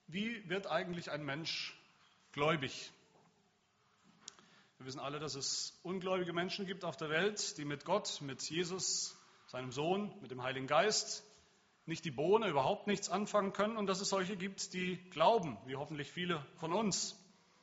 Wie wird eigentlich ein Mensch gläubig? Wir wissen alle, dass es ungläubige Menschen gibt auf der Welt, die mit Gott, mit Jesus, seinem Sohn, mit dem Heiligen Geist nicht die Bohne, überhaupt nichts anfangen können und dass es solche gibt, die glauben, wie hoffentlich viele von uns.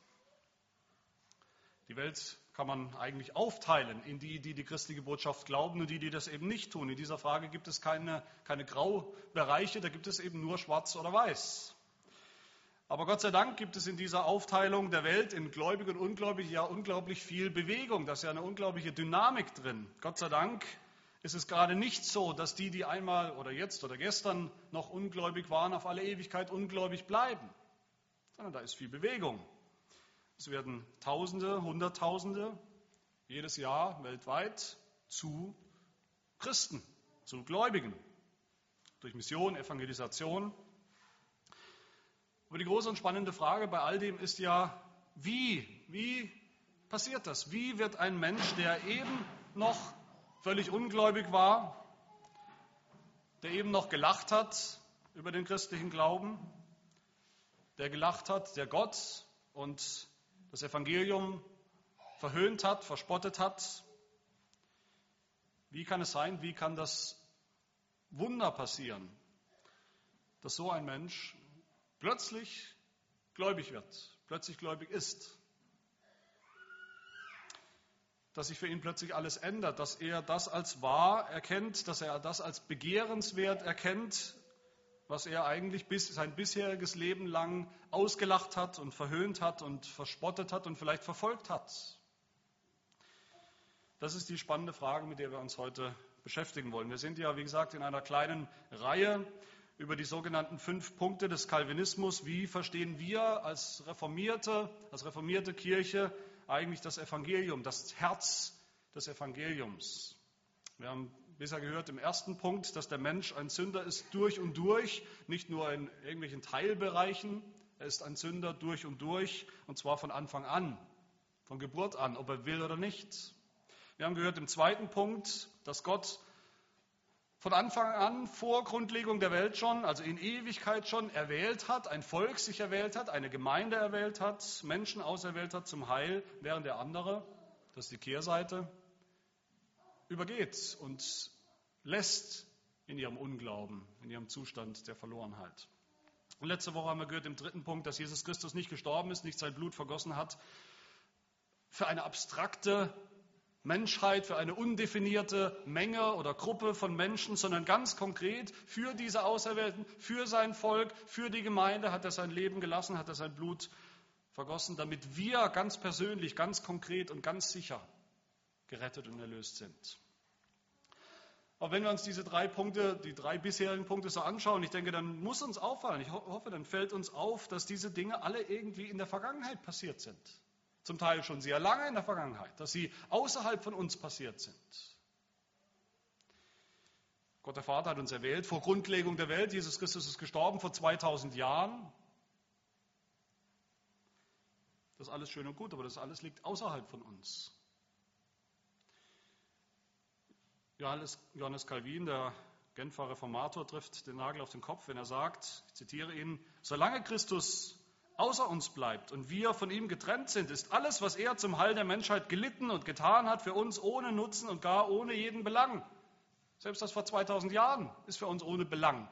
Die Welt kann man eigentlich aufteilen in die, die die christliche Botschaft glauben und die, die das eben nicht tun. In dieser Frage gibt es keine Graubereiche, da gibt es eben nur schwarz oder weiß. Aber Gott sei Dank gibt es in dieser Aufteilung der Welt in Gläubige und Ungläubige ja unglaublich viel Bewegung. Da ist ja eine unglaubliche Dynamik drin. Gott sei Dank ist es gerade nicht so, dass die einmal oder jetzt oder gestern noch ungläubig waren, auf alle Ewigkeit ungläubig bleiben. Sondern da ist viel Bewegung. Es werden Tausende, Hunderttausende jedes Jahr weltweit zu Christen, zu Gläubigen. Durch Mission, Evangelisation. Aber die große und spannende Frage bei all dem ist ja, wie passiert das? Wie wird ein Mensch, der eben noch völlig ungläubig war, der eben noch gelacht hat über den christlichen Glauben, der gelacht hat, der Gott und das Evangelium verhöhnt hat, verspottet hat, wie kann es sein, wie kann das Wunder passieren, dass so ein Mensch plötzlich gläubig wird, plötzlich gläubig ist, dass sich für ihn plötzlich alles ändert, dass er das als wahr erkennt, dass er das als begehrenswert erkennt, was er eigentlich sein bisheriges Leben lang ausgelacht hat und verhöhnt hat und verspottet hat und vielleicht verfolgt hat. Das ist die spannende Frage, mit der wir uns heute beschäftigen wollen. Wir sind ja, wie gesagt, in einer kleinen Reihe über die sogenannten 5 Punkte des Calvinismus. Wie verstehen wir als reformierte Kirche eigentlich das Evangelium, das Herz des Evangeliums? Wir haben bisher gehört im ersten Punkt, dass der Mensch ein Sünder ist durch und durch, nicht nur in irgendwelchen Teilbereichen. Er ist ein Sünder durch und zwar von Anfang an, von Geburt an, ob er will oder nicht. Wir haben gehört im zweiten Punkt, dass Gott von Anfang an, vor Grundlegung der Welt schon, also in Ewigkeit schon erwählt hat, ein Volk sich erwählt hat, eine Gemeinde erwählt hat, Menschen auserwählt hat zum Heil, während der andere, das ist die Kehrseite, übergeht und lässt in ihrem Unglauben, in ihrem Zustand der Verlorenheit. Und letzte Woche haben wir gehört im dritten Punkt, dass Jesus Christus nicht gestorben ist, nicht sein Blut vergossen hat, für eine abstrakte Menschheit, für eine undefinierte Menge oder Gruppe von Menschen, sondern ganz konkret für diese Auserwählten, für sein Volk, für die Gemeinde hat er sein Leben gelassen, hat er sein Blut vergossen, damit wir ganz persönlich, ganz konkret und ganz sicher gerettet und erlöst sind. Aber wenn wir uns diese 3 Punkte, die 3 bisherigen Punkte so anschauen, ich denke, dann muss uns auffallen, ich hoffe, dann fällt uns auf, dass diese Dinge alle irgendwie in der Vergangenheit passiert sind. Zum Teil schon sehr lange in der Vergangenheit, dass sie außerhalb von uns passiert sind. Gott der Vater hat uns erwählt, vor Grundlegung der Welt, Jesus Christus ist gestorben vor 2000 Jahren. Das ist alles schön und gut, aber das alles liegt außerhalb von uns. Johannes Calvin, der Genfer Reformator, trifft den Nagel auf den Kopf, wenn er sagt, ich zitiere ihn, solange Christus außer uns bleibt und wir von ihm getrennt sind, ist alles, was er zum Heil der Menschheit gelitten und getan hat, für uns ohne Nutzen und gar ohne jeden Belang. Selbst das vor 2000 Jahren ist für uns ohne Belang.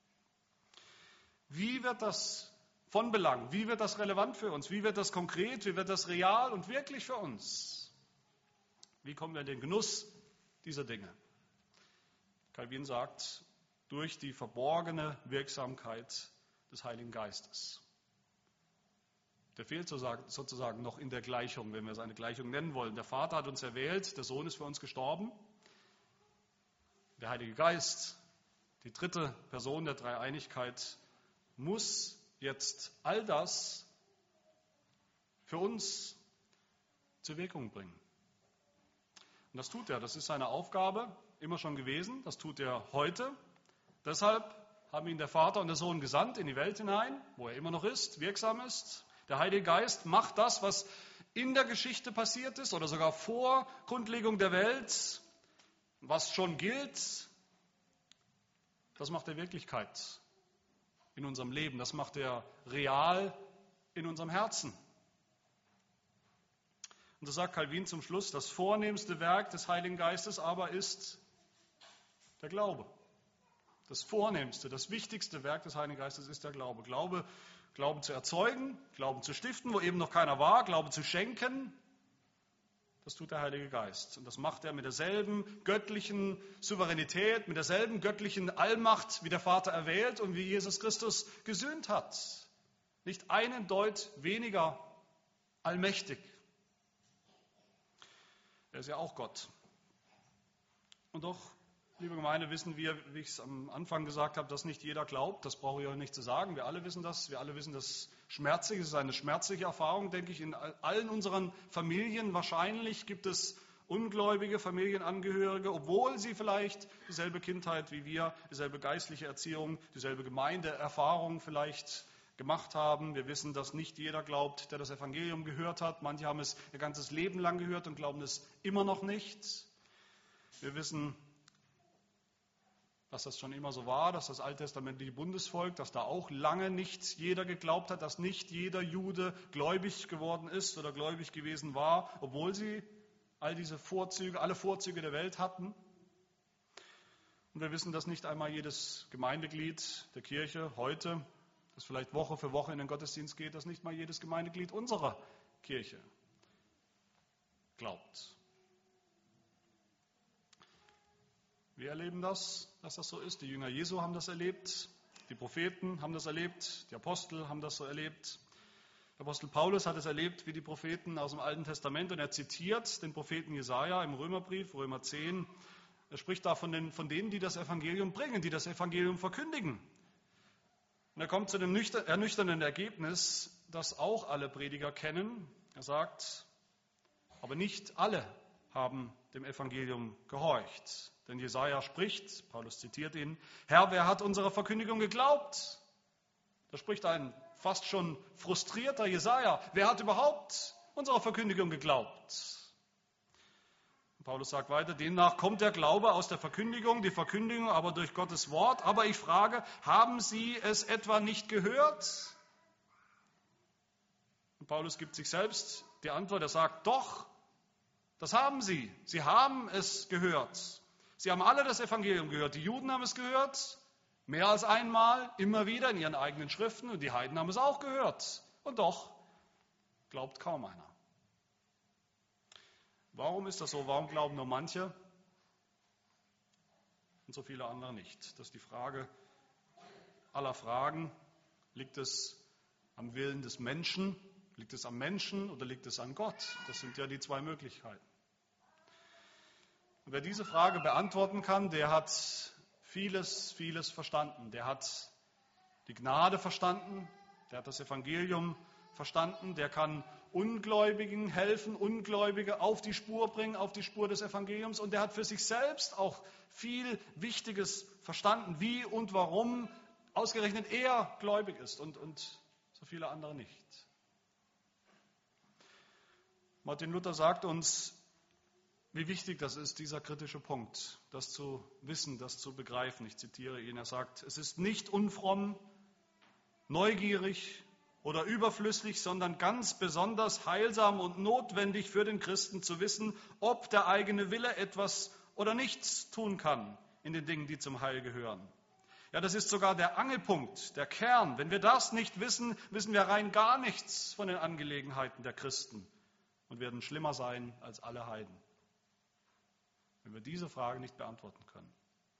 Wie wird das von Belang? Wie wird das relevant für uns? Wie wird das konkret? Wie wird das real und wirklich für uns? Wie kommen wir in den Genuss dieser Dinge? Calvin sagt, durch die verborgene Wirksamkeit des Heiligen Geistes. Der fehlt sozusagen noch in der Gleichung, wenn wir es eine Gleichung nennen wollen. Der Vater hat uns erwählt, der Sohn ist für uns gestorben. Der Heilige Geist, die dritte Person der Dreieinigkeit, muss jetzt all das für uns zur Wirkung bringen. Und das tut er, das ist seine Aufgabe, immer schon gewesen, das tut er heute. Deshalb haben ihn der Vater und der Sohn gesandt in die Welt hinein, wo er immer noch ist, wirksam ist. Der Heilige Geist macht das, was in der Geschichte passiert ist oder sogar vor Grundlegung der Welt, was schon gilt, das macht er Wirklichkeit in unserem Leben. Das macht er real in unserem Herzen. Und so sagt Calvin zum Schluss, das vornehmste Werk des Heiligen Geistes aber ist der Glaube. Das vornehmste, das wichtigste Werk des Heiligen Geistes ist der Glaube. Glauben zu erzeugen, Glauben zu stiften, wo eben noch keiner war, Glaube zu schenken, das tut der Heilige Geist. Und das macht er mit derselben göttlichen Souveränität, mit derselben göttlichen Allmacht, wie der Vater erwählt und wie Jesus Christus gesühnt hat. Nicht einen Deut weniger allmächtig. Er ist ja auch Gott. Und doch, liebe Gemeinde, wissen wir, wie ich es am Anfang gesagt habe, dass nicht jeder glaubt. Das brauche ich euch nicht zu sagen. Wir alle wissen das. Wir alle wissen, dass schmerzlich ist. Es ist eine schmerzliche Erfahrung, denke ich, in allen unseren Familien. Wahrscheinlich gibt es ungläubige Familienangehörige, obwohl sie vielleicht dieselbe Kindheit wie wir, dieselbe geistliche Erziehung, dieselbe Gemeindeerfahrung vielleicht gemacht haben. Wir wissen, dass nicht jeder glaubt, der das Evangelium gehört hat. Manche haben es ihr ganzes Leben lang gehört und glauben es immer noch nicht. Wir wissen, dass das schon immer so war, dass das alttestamentliche Bundesvolk, dass da auch lange nicht jeder geglaubt hat, dass nicht jeder Jude gläubig geworden ist oder gläubig gewesen war, obwohl sie alle Vorzüge der Welt hatten. Und wir wissen, dass nicht einmal jedes Gemeindeglied der Kirche heute, das vielleicht Woche für Woche in den Gottesdienst geht, dass nicht mal jedes Gemeindeglied unserer Kirche glaubt. Wir erleben das, dass das so ist. Die Jünger Jesu haben das erlebt, die Propheten haben das erlebt, die Apostel haben das so erlebt. Der Apostel Paulus hat es erlebt wie die Propheten aus dem Alten Testament und er zitiert den Propheten Jesaja im Römerbrief, Römer 10. Er spricht da von denen, die das Evangelium bringen, die das Evangelium verkündigen. Und er kommt zu dem ernüchternden Ergebnis, das auch alle Prediger kennen. Er sagt, aber nicht alle haben dem Evangelium gehorcht. Denn Jesaja spricht, Paulus zitiert ihn, Herr, wer hat unserer Verkündigung geglaubt? Da spricht ein fast schon frustrierter Jesaja. Wer hat überhaupt unserer Verkündigung geglaubt? Und Paulus sagt weiter, demnach kommt der Glaube aus der Verkündigung, die Verkündigung aber durch Gottes Wort. Aber ich frage, haben Sie es etwa nicht gehört? Und Paulus gibt sich selbst die Antwort, er sagt, doch, das haben Sie. Sie haben es gehört. Sie haben alle das Evangelium gehört. Die Juden haben es gehört, mehr als einmal, immer wieder in ihren eigenen Schriften. Und die Heiden haben es auch gehört. Und doch glaubt kaum einer. Warum ist das so? Warum glauben nur manche und so viele andere nicht? Das ist die Frage aller Fragen. Liegt es am Willen des Menschen? Liegt es am Menschen oder liegt es an Gott? Das sind ja die zwei Möglichkeiten. Und wer diese Frage beantworten kann, der hat vieles verstanden. Der hat die Gnade verstanden, der hat das Evangelium verstanden, der kann Ungläubigen helfen, Ungläubige auf die Spur bringen, auf die Spur des Evangeliums. Und der hat für sich selbst auch viel Wichtiges verstanden, wie und warum ausgerechnet er gläubig ist und so viele andere nicht. Martin Luther sagt uns, wie wichtig das ist, dieser kritische Punkt, das zu wissen, das zu begreifen. Ich zitiere ihn, er sagt, es ist nicht unfromm, neugierig oder überflüssig, sondern ganz besonders heilsam und notwendig für den Christen zu wissen, ob der eigene Wille etwas oder nichts tun kann in den Dingen, die zum Heil gehören. Ja, das ist sogar der Angelpunkt, der Kern. Wenn wir das nicht wissen, wissen wir rein gar nichts von den Angelegenheiten der Christen und werden schlimmer sein als alle Heiden, wenn wir diese Frage nicht beantworten können.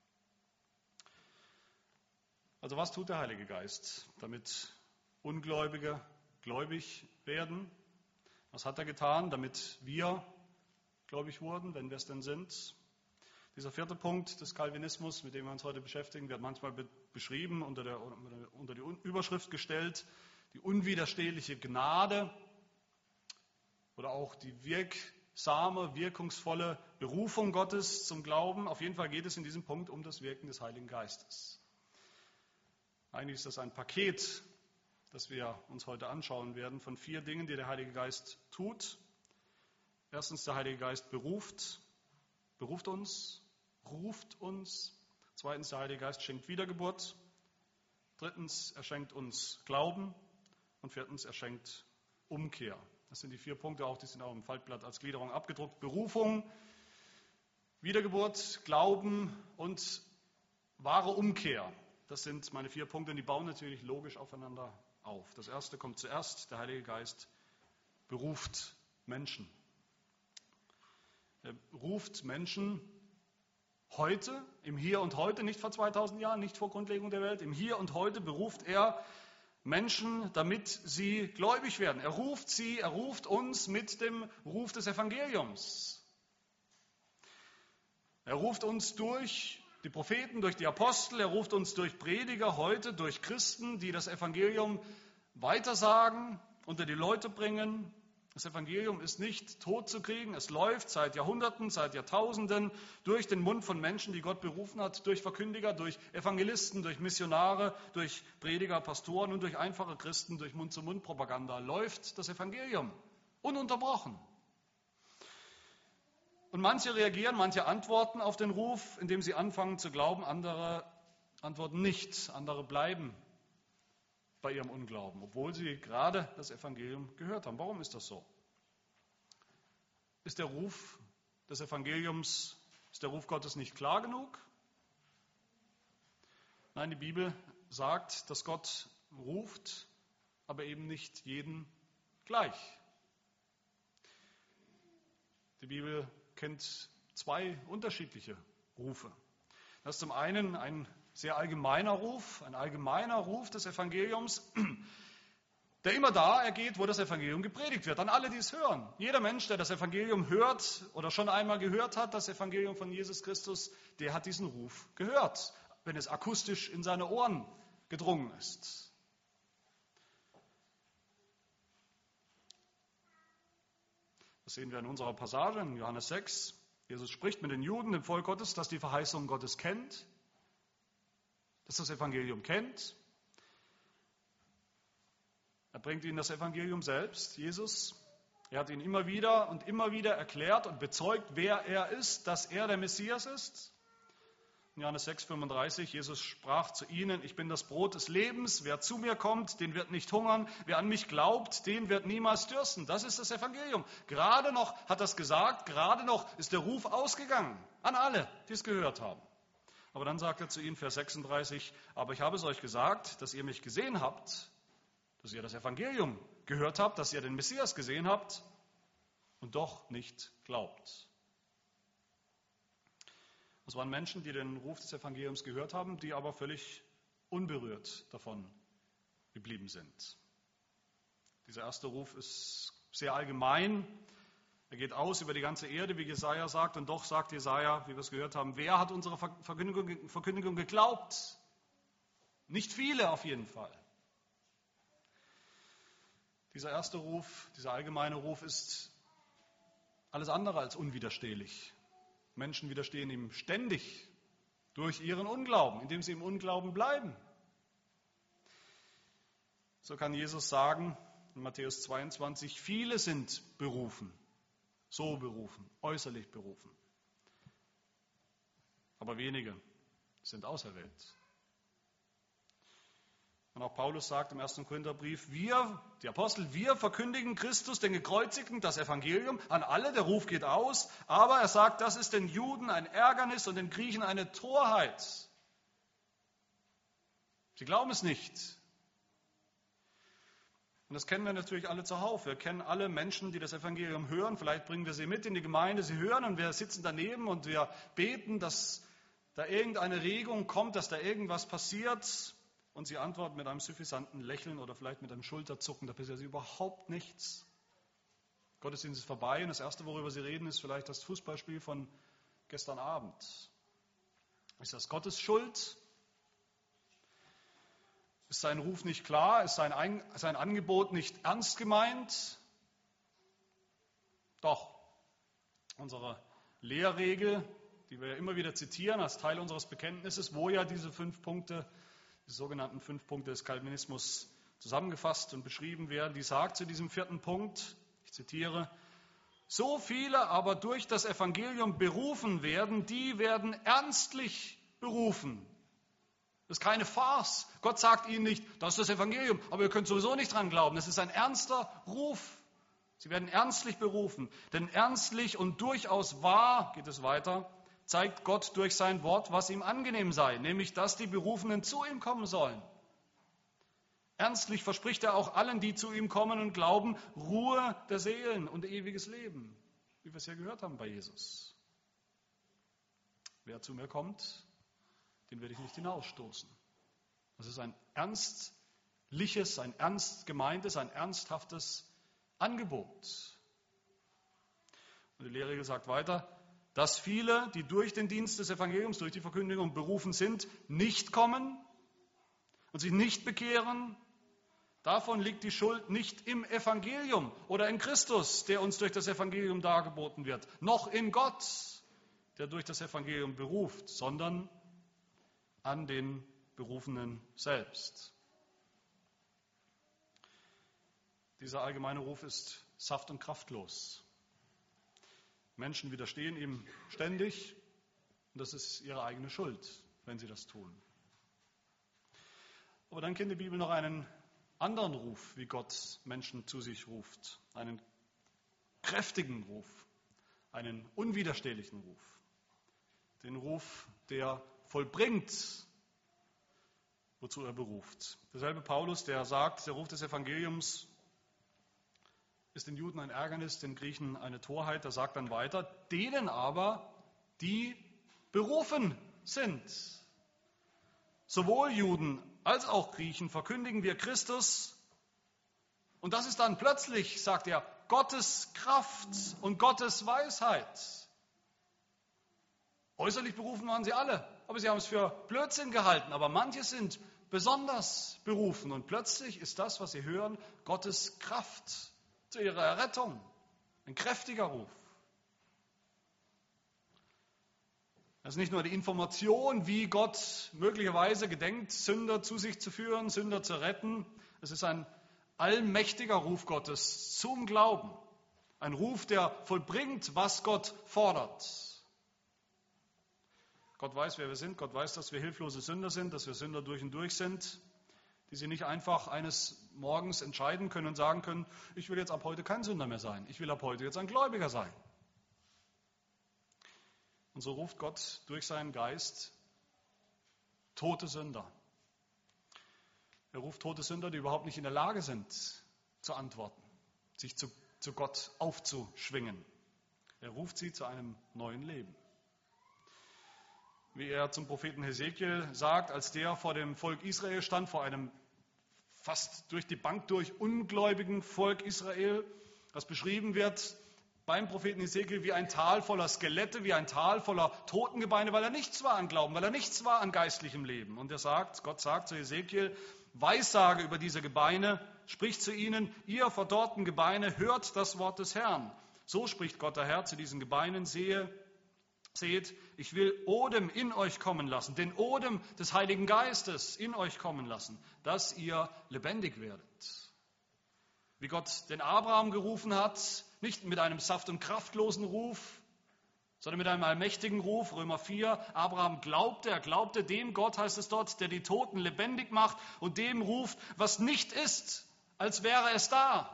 Also was tut der Heilige Geist, damit Ungläubige gläubig werden? Was hat er getan, damit wir gläubig wurden, wenn wir es denn sind? Dieser vierte Punkt des Calvinismus, mit dem wir uns heute beschäftigen, wird manchmal beschrieben, unter die Überschrift gestellt, die unwiderstehliche Gnade oder auch die wirksame, wirkungsvolle Berufung Gottes zum Glauben. Auf jeden Fall geht es in diesem Punkt um das Wirken des Heiligen Geistes. Eigentlich ist das ein Paket, das wir uns heute anschauen werden, von 4 Dingen, die der Heilige Geist tut. Erstens, der Heilige Geist beruft uns, ruft uns. Zweitens, der Heilige Geist schenkt Wiedergeburt. Drittens, er schenkt uns Glauben. Und viertens, er schenkt Umkehr. Das sind die 4 Punkte, die sind auch im Faltblatt als Gliederung abgedruckt. Berufung, Wiedergeburt, Glauben und wahre Umkehr. Das sind meine 4 Punkte und die bauen natürlich logisch aufeinander auf. Das erste kommt zuerst, der Heilige Geist beruft Menschen. Er ruft Menschen heute, im Hier und Heute, nicht vor 2000 Jahren, nicht vor Grundlegung der Welt, im Hier und Heute beruft er Menschen, damit sie gläubig werden. Er ruft uns mit dem Ruf des Evangeliums. Er ruft uns durch die Propheten, durch die Apostel, er ruft uns durch Prediger heute, durch Christen, die das Evangelium weitersagen, unter die Leute bringen. Das Evangelium ist nicht tot zu kriegen, es läuft seit Jahrhunderten, seit Jahrtausenden durch den Mund von Menschen, die Gott berufen hat, durch Verkündiger, durch Evangelisten, durch Missionare, durch Prediger, Pastoren und durch einfache Christen, durch Mund-zu-Mund-Propaganda läuft das Evangelium ununterbrochen. Und manche reagieren, manche antworten auf den Ruf, indem sie anfangen zu glauben, andere antworten nicht, andere bleiben bei ihrem Unglauben, obwohl sie gerade das Evangelium gehört haben. Warum ist das so? Ist der Ruf des Evangeliums, ist der Ruf Gottes nicht klar genug? Nein, die Bibel sagt, dass Gott ruft, aber eben nicht jeden gleich. Die Bibel kennt 2 unterschiedliche Rufe. Das ist zum einen ein sehr allgemeiner Ruf des Evangeliums, der immer da ergeht, wo das Evangelium gepredigt wird, an alle, die es hören. Jeder Mensch, der das Evangelium hört oder schon einmal gehört hat, das Evangelium von Jesus Christus, der hat diesen Ruf gehört, wenn es akustisch in seine Ohren gedrungen ist. Das sehen wir in unserer Passage in Johannes 6. Jesus spricht mit den Juden, dem Volk Gottes, das die Verheißung Gottes kennt, das das Evangelium kennt. Er bringt ihnen das Evangelium selbst, Jesus. Er hat ihnen immer wieder und immer wieder erklärt und bezeugt, wer er ist, dass er der Messias ist. In Johannes 6,35, Jesus sprach zu ihnen, ich bin das Brot des Lebens, wer zu mir kommt, den wird nicht hungern, wer an mich glaubt, den wird niemals dürsten. Das ist das Evangelium. Gerade noch hat er es gesagt, gerade noch ist der Ruf ausgegangen an alle, die es gehört haben. Aber dann sagt er zu ihnen, Vers 36, aber ich habe es euch gesagt, dass ihr mich gesehen habt, dass ihr das Evangelium gehört habt, dass ihr den Messias gesehen habt und doch nicht glaubt. Das waren Menschen, die den Ruf des Evangeliums gehört haben, die aber völlig unberührt davon geblieben sind. Dieser erste Ruf ist sehr allgemein. Er geht aus über die ganze Erde, wie Jesaja sagt, und doch sagt Jesaja, wie wir es gehört haben, wer hat unsere Verkündigung geglaubt? Nicht viele auf jeden Fall. Dieser erste Ruf, dieser allgemeine Ruf ist alles andere als unwiderstehlich. Menschen widerstehen ihm ständig durch ihren Unglauben, indem sie im Unglauben bleiben. So kann Jesus sagen in Matthäus 22, viele sind berufen, so berufen, äußerlich berufen. Aber wenige sind auserwählt. Und auch Paulus sagt im 1. Korintherbrief, wir, die Apostel, wir verkündigen Christus, den Gekreuzigten, das Evangelium an alle, der Ruf geht aus, aber er sagt, das ist den Juden ein Ärgernis und den Griechen eine Torheit. Sie glauben es nicht. Und das kennen wir natürlich alle zuhauf. Wir kennen alle Menschen, die das Evangelium hören. Vielleicht bringen wir sie mit in die Gemeinde, sie hören und wir sitzen daneben und wir beten, dass da irgendeine Regung kommt, dass da irgendwas passiert. Und sie antworten mit einem suffisanten Lächeln oder vielleicht mit einem Schulterzucken, da passiert überhaupt nichts. Gottesdienst ist vorbei und das Erste, worüber sie reden, ist vielleicht das Fußballspiel von gestern Abend. Ist das Gottes Schuld? Ist sein Ruf nicht klar? Ist sein Angebot nicht ernst gemeint? Doch, unsere Lehrregel, die wir immer wieder zitieren als Teil unseres Bekenntnisses, wo ja diese 5 Punkte, die sogenannten 5 Punkte des Calvinismus zusammengefasst und beschrieben werden, die sagt zu diesem 4. Punkt, ich zitiere, so viele aber durch das Evangelium berufen werden, die werden ernstlich berufen. Das ist keine Farce. Gott sagt ihnen nicht, das ist das Evangelium, aber ihr könnt sowieso nicht dran glauben. Das ist ein ernster Ruf. Sie werden ernstlich berufen. Denn ernstlich und durchaus wahr, geht es weiter, zeigt Gott durch sein Wort, was ihm angenehm sei, nämlich, dass die Berufenen zu ihm kommen sollen. Ernstlich verspricht er auch allen, die zu ihm kommen und glauben, Ruhe der Seelen und ewiges Leben, wie wir es ja gehört haben bei Jesus. Wer zu mir kommt, den werde ich nicht hinausstoßen. Das ist ein ernstliches, ein ernst gemeintes, ein ernsthaftes Angebot. Und die Lehre sagt weiter, dass viele, die durch den Dienst des Evangeliums, durch die Verkündigung berufen sind, nicht kommen und sich nicht bekehren. Davon liegt die Schuld nicht im Evangelium oder in Christus, der uns durch das Evangelium dargeboten wird, noch in Gott, der durch das Evangelium beruft, sondern an den Berufenen selbst. Dieser allgemeine Ruf ist saft- und kraftlos. Menschen widerstehen ihm ständig und das ist ihre eigene Schuld, wenn sie das tun. Aber dann kennt die Bibel noch einen anderen Ruf, wie Gott Menschen zu sich ruft. Einen kräftigen Ruf, einen unwiderstehlichen Ruf. Den Ruf, der vollbringt, wozu er beruft. Derselbe Paulus, der sagt, der Ruf des Evangeliums ist den Juden ein Ärgernis, den Griechen eine Torheit. Der sagt dann weiter, denen aber, die berufen sind. Sowohl Juden als auch Griechen verkündigen wir Christus. Und das ist dann plötzlich, sagt er, Gottes Kraft und Gottes Weisheit. Äußerlich berufen waren sie alle, aber sie haben es für Blödsinn gehalten. Aber manche sind besonders berufen und plötzlich ist das, was sie hören, Gottes Kraft zu ihrer Errettung. Ein kräftiger Ruf. Das ist nicht nur die Information, wie Gott möglicherweise gedenkt, Sünder zu sich zu führen, Sünder zu retten. Es ist ein allmächtiger Ruf Gottes zum Glauben. Ein Ruf, der vollbringt, was Gott fordert. Gott weiß, wer wir sind. Gott weiß, dass wir hilflose Sünder sind, dass wir Sünder durch und durch sind, die sie nicht einfach eines Morgens entscheiden können und sagen können, ich will jetzt ab heute kein Sünder mehr sein. Ich will ab heute jetzt ein Gläubiger sein. Und so ruft Gott durch seinen Geist tote Sünder. Er ruft tote Sünder, die überhaupt nicht in der Lage sind, zu antworten, sich zu Gott aufzuschwingen. Er ruft sie zu einem neuen Leben. Wie er zum Propheten Hesekiel sagt, als der vor dem Volk Israel stand, vor einem fast durch die Bank durch ungläubigen Volk Israel, das beschrieben wird beim Propheten Hesekiel wie ein Tal voller Skelette, wie ein Tal voller Totengebeine, weil er nichts war an Glauben, weil er nichts war an geistlichem Leben. Und Gott sagt zu Hesekiel, Weissage über diese Gebeine, spricht zu ihnen, ihr verdorrten Gebeine, hört das Wort des Herrn. So spricht Gott der Herr zu diesen Gebeinen, seht, ich will Odem in euch kommen lassen, den Odem des Heiligen Geistes in euch kommen lassen, dass ihr lebendig werdet. Wie Gott den Abraham gerufen hat, nicht mit einem saft- und kraftlosen Ruf, sondern mit einem allmächtigen Ruf, Römer 4, Abraham glaubte dem Gott, heißt es dort, der die Toten lebendig macht und dem ruft, was nicht ist, als wäre es da.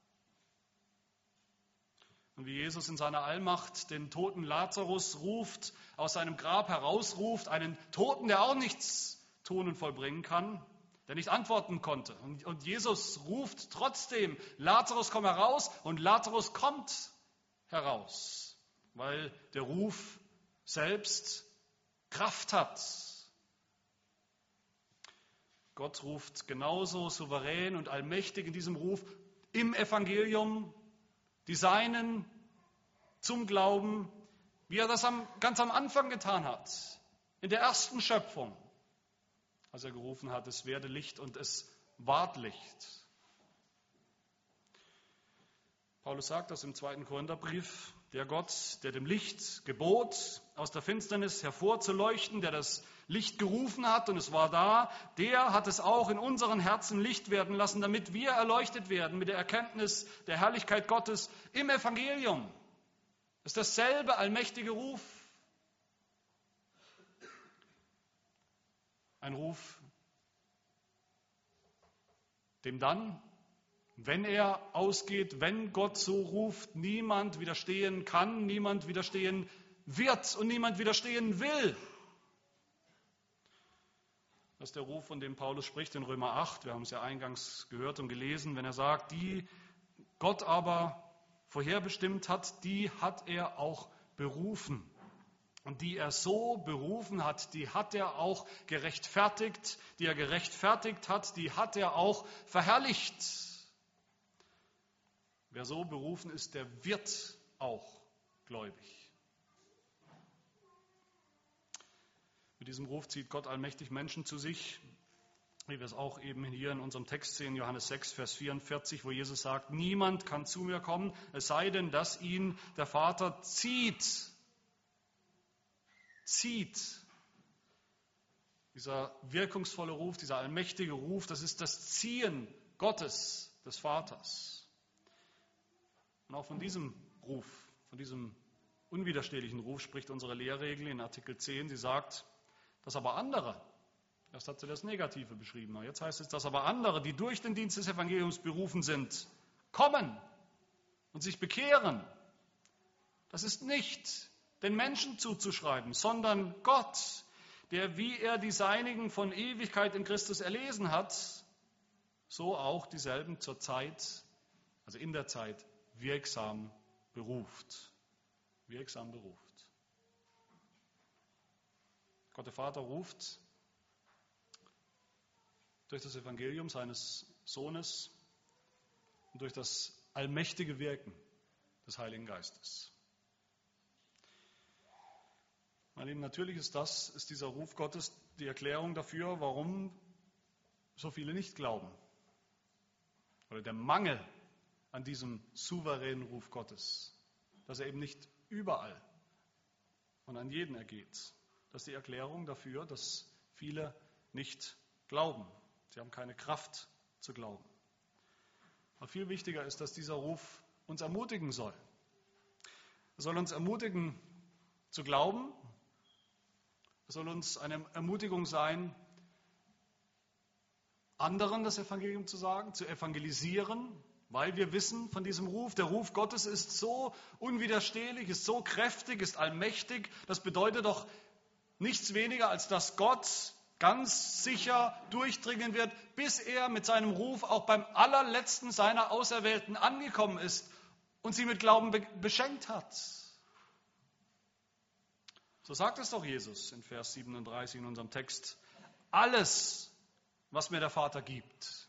Und wie Jesus in seiner Allmacht den toten Lazarus ruft, aus seinem Grab herausruft, einen Toten, der auch nichts tun und vollbringen kann, der nicht antworten konnte. Und Jesus ruft trotzdem, Lazarus, komm heraus, und Lazarus kommt heraus, weil der Ruf selbst Kraft hat. Gott ruft genauso souverän und allmächtig in diesem Ruf im Evangelium die Seinen zum Glauben, wie er das ganz am Anfang getan hat, in der ersten Schöpfung, als er gerufen hat, es werde Licht und es ward Licht. Paulus sagt das im 2. Korintherbrief, der Gott, der dem Licht gebot, aus der Finsternis hervorzuleuchten, der das Licht gerufen hat und es war da, der hat es auch in unseren Herzen Licht werden lassen, damit wir erleuchtet werden mit der Erkenntnis der Herrlichkeit Gottes im Evangelium. Das ist dasselbe allmächtige Ruf. Ein Ruf, dem dann, wenn er ausgeht, wenn Gott so ruft, niemand widerstehen kann, niemand widerstehen wird und niemand widerstehen will. Das ist der Ruf, von dem Paulus spricht in Römer 8. Wir haben es ja eingangs gehört und gelesen, wenn er sagt, die Gott aber vorherbestimmt hat, die hat er auch berufen. Und die er so berufen hat, die hat er auch gerechtfertigt. Die er gerechtfertigt hat, die hat er auch verherrlicht. Wer so berufen ist, der wird auch gläubig. Mit diesem Ruf zieht Gott allmächtig Menschen zu sich, wie wir es auch eben hier in unserem Text sehen, Johannes 6, Vers 44, wo Jesus sagt, niemand kann zu mir kommen, es sei denn, dass ihn der Vater zieht. Dieser wirkungsvolle Ruf, dieser allmächtige Ruf, das ist das Ziehen Gottes, des Vaters. Und auch von diesem Ruf, von diesem unwiderstehlichen Ruf spricht unsere Lehrregel in Artikel 10. Sie sagt, dass aber andere, erst hat sie das Negative beschrieben, jetzt heißt es, dass aber andere, die durch den Dienst des Evangeliums berufen sind, kommen und sich bekehren. Das ist nicht den Menschen zuzuschreiben, sondern Gott, der, wie er die Seinigen von Ewigkeit in Christus erlesen hat, so auch dieselben zur Zeit, also in der Zeit, wirksam beruft. Wirksam beruft. Gott der Vater ruft durch das Evangelium seines Sohnes und durch das allmächtige Wirken des Heiligen Geistes. Meine Lieben, natürlich ist dieser Ruf Gottes die Erklärung dafür, warum so viele nicht glauben. Oder der Mangel an diesem souveränen Ruf Gottes, dass er eben nicht überall und an jeden ergeht. Das ist die Erklärung dafür, dass viele nicht glauben. Sie haben keine Kraft zu glauben. Aber viel wichtiger ist, dass dieser Ruf uns ermutigen soll. Er soll uns ermutigen zu glauben. Es soll uns eine Ermutigung sein, anderen das Evangelium zu sagen, zu evangelisieren, weil wir wissen von diesem Ruf, der Ruf Gottes ist so unwiderstehlich, ist so kräftig, ist allmächtig. Das bedeutet doch nichts weniger, als dass Gott ganz sicher durchdringen wird, bis er mit seinem Ruf auch beim allerletzten seiner Auserwählten angekommen ist und sie mit Glauben beschenkt hat. So sagt es doch Jesus in Vers 37 in unserem Text. Alles, was mir der Vater gibt,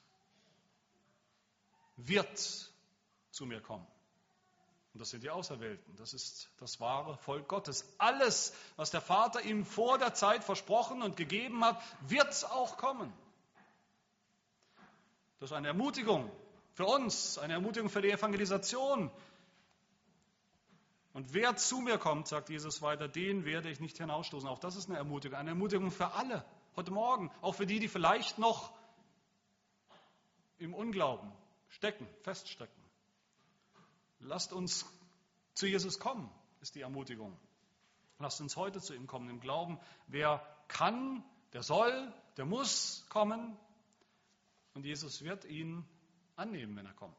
wird zu mir kommen. Und das sind die Auserwählten. Das ist das wahre Volk Gottes. Alles, was der Vater ihm vor der Zeit versprochen und gegeben hat, wird auch kommen. Das ist eine Ermutigung für uns, eine Ermutigung für die Evangelisation. Und wer zu mir kommt, sagt Jesus weiter, den werde ich nicht hinausstoßen. Auch das ist eine Ermutigung für alle, heute Morgen. Auch für die, die vielleicht noch im Unglauben feststecken. Lasst uns zu Jesus kommen, ist die Ermutigung. Lasst uns heute zu ihm kommen im Glauben. Wer kann, der soll, der muss kommen. Und Jesus wird ihn annehmen, wenn er kommt.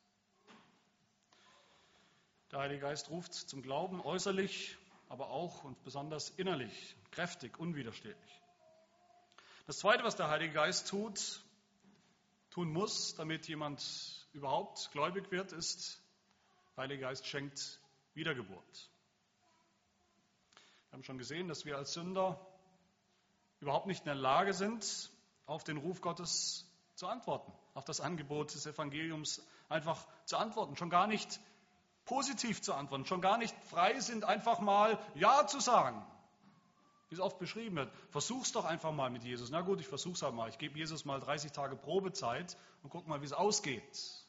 Der Heilige Geist ruft zum Glauben äußerlich, aber auch und besonders innerlich, kräftig, unwiderstehlich. Das Zweite, was der Heilige Geist tun muss, damit jemand überhaupt gläubig wird, ist, der Heilige Geist schenkt Wiedergeburt. Wir haben schon gesehen, dass wir als Sünder überhaupt nicht in der Lage sind, auf den Ruf Gottes zu antworten, auf das Angebot des Evangeliums einfach zu antworten, schon gar nicht positiv zu antworten, schon gar nicht frei sind, einfach mal Ja zu sagen, wie es oft beschrieben wird. Versuch's doch einfach mal mit Jesus. Na gut, ich versuch's halt mal. Ich gebe Jesus mal 30 Tage Probezeit und guck mal, wie es ausgeht.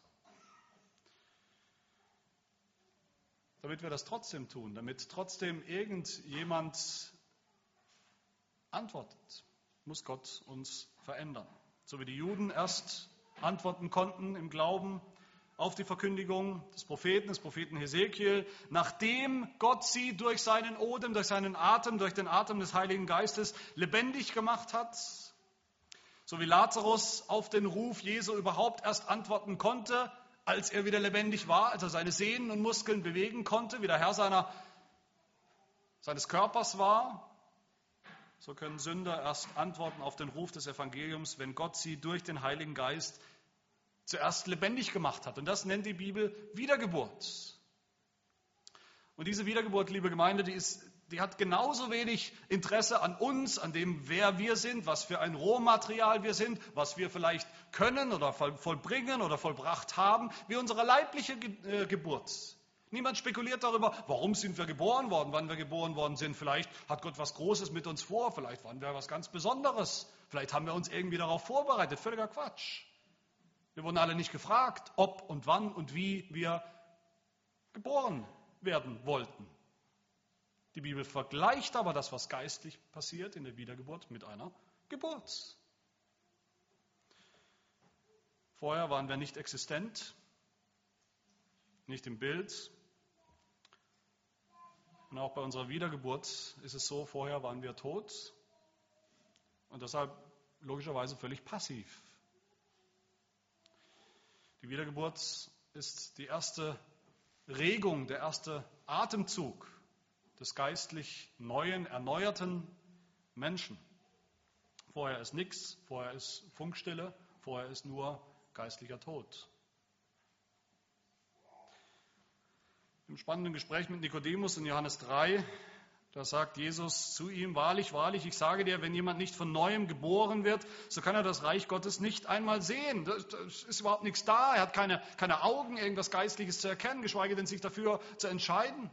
Damit wir das trotzdem tun, damit trotzdem irgendjemand antwortet, muss Gott uns verändern. So wie die Juden erst antworten konnten im Glauben auf die Verkündigung des Propheten Hesekiel, nachdem Gott sie durch seinen Odem, durch seinen Atem, durch den Atem des Heiligen Geistes lebendig gemacht hat, So wie Lazarus auf den Ruf Jesu überhaupt erst antworten konnte, als er wieder lebendig war, als er seine Sehnen und Muskeln bewegen konnte, wieder Herr seines Körpers war. So können Sünder erst antworten auf den Ruf des Evangeliums, wenn Gott sie durch den Heiligen Geist zuerst lebendig gemacht hat. Und das nennt die Bibel Wiedergeburt. Und diese Wiedergeburt, liebe Gemeinde, die hat genauso wenig Interesse an uns, an dem, wer wir sind, was für ein Rohmaterial wir sind, was wir vielleicht können oder vollbringen oder vollbracht haben, wie unsere leibliche Geburt. Niemand spekuliert darüber, warum sind wir geboren worden, wann wir geboren worden sind. Vielleicht hat Gott was Großes mit uns vor, vielleicht waren wir was ganz Besonderes, vielleicht haben wir uns irgendwie darauf vorbereitet. Völliger Quatsch. Wir wurden alle nicht gefragt, ob und wann und wie wir geboren werden wollten. Die Bibel vergleicht aber das, was geistlich passiert in der Wiedergeburt, mit einer Geburt. Vorher waren wir nicht existent, nicht im Bild. Und auch bei unserer Wiedergeburt ist es so, vorher waren wir tot und deshalb logischerweise völlig passiv. Die Wiedergeburt ist die erste Regung, der erste Atemzug des geistlich neuen, erneuerten Menschen. Vorher ist nichts, vorher ist Funkstille, vorher ist nur geistlicher Tod. Im spannenden Gespräch mit Nikodemus in Johannes 3, da sagt Jesus zu ihm, wahrlich, wahrlich, ich sage dir, wenn jemand nicht von Neuem geboren wird, so kann er das Reich Gottes nicht einmal sehen. Da ist überhaupt nichts da, er hat keine Augen, irgendwas Geistliches zu erkennen, geschweige denn sich dafür zu entscheiden.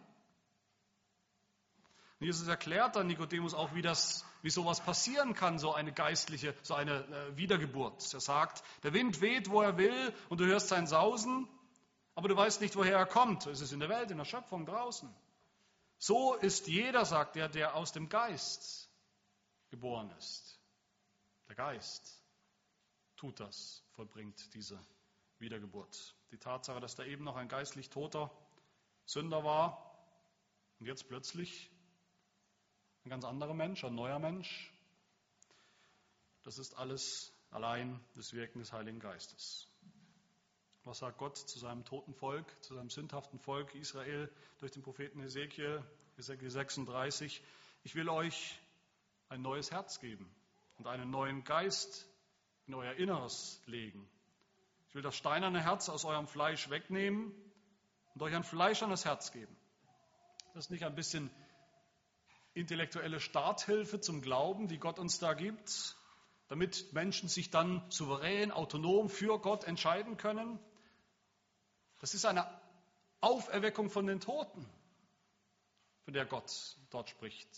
Und Jesus erklärt dann Nikodemus auch, wie sowas passieren kann, so eine geistliche, so eine Wiedergeburt. Er sagt, der Wind weht, wo er will, und du hörst sein Sausen, aber du weißt nicht, woher er kommt. Es ist in der Welt, in der Schöpfung draußen. So ist jeder, sagt er, der aus dem Geist geboren ist. Der Geist tut das, vollbringt diese Wiedergeburt. Die Tatsache, dass da eben noch ein geistlich toter Sünder war und jetzt plötzlich ein ganz anderer Mensch, ein neuer Mensch, das ist alles allein das Wirken des Heiligen Geistes. Was sagt Gott zu seinem toten Volk, zu seinem sündhaften Volk Israel durch den Propheten Hesekiel 36? Ich will euch ein neues Herz geben und einen neuen Geist in euer Inneres legen. Ich will das steinerne Herz aus eurem Fleisch wegnehmen und euch ein fleischernes Herz geben. Das ist nicht ein bisschen intellektuelle Starthilfe zum Glauben, die Gott uns da gibt, damit Menschen sich dann souverän, autonom für Gott entscheiden können. Das ist eine Auferweckung von den Toten, von der Gott dort spricht.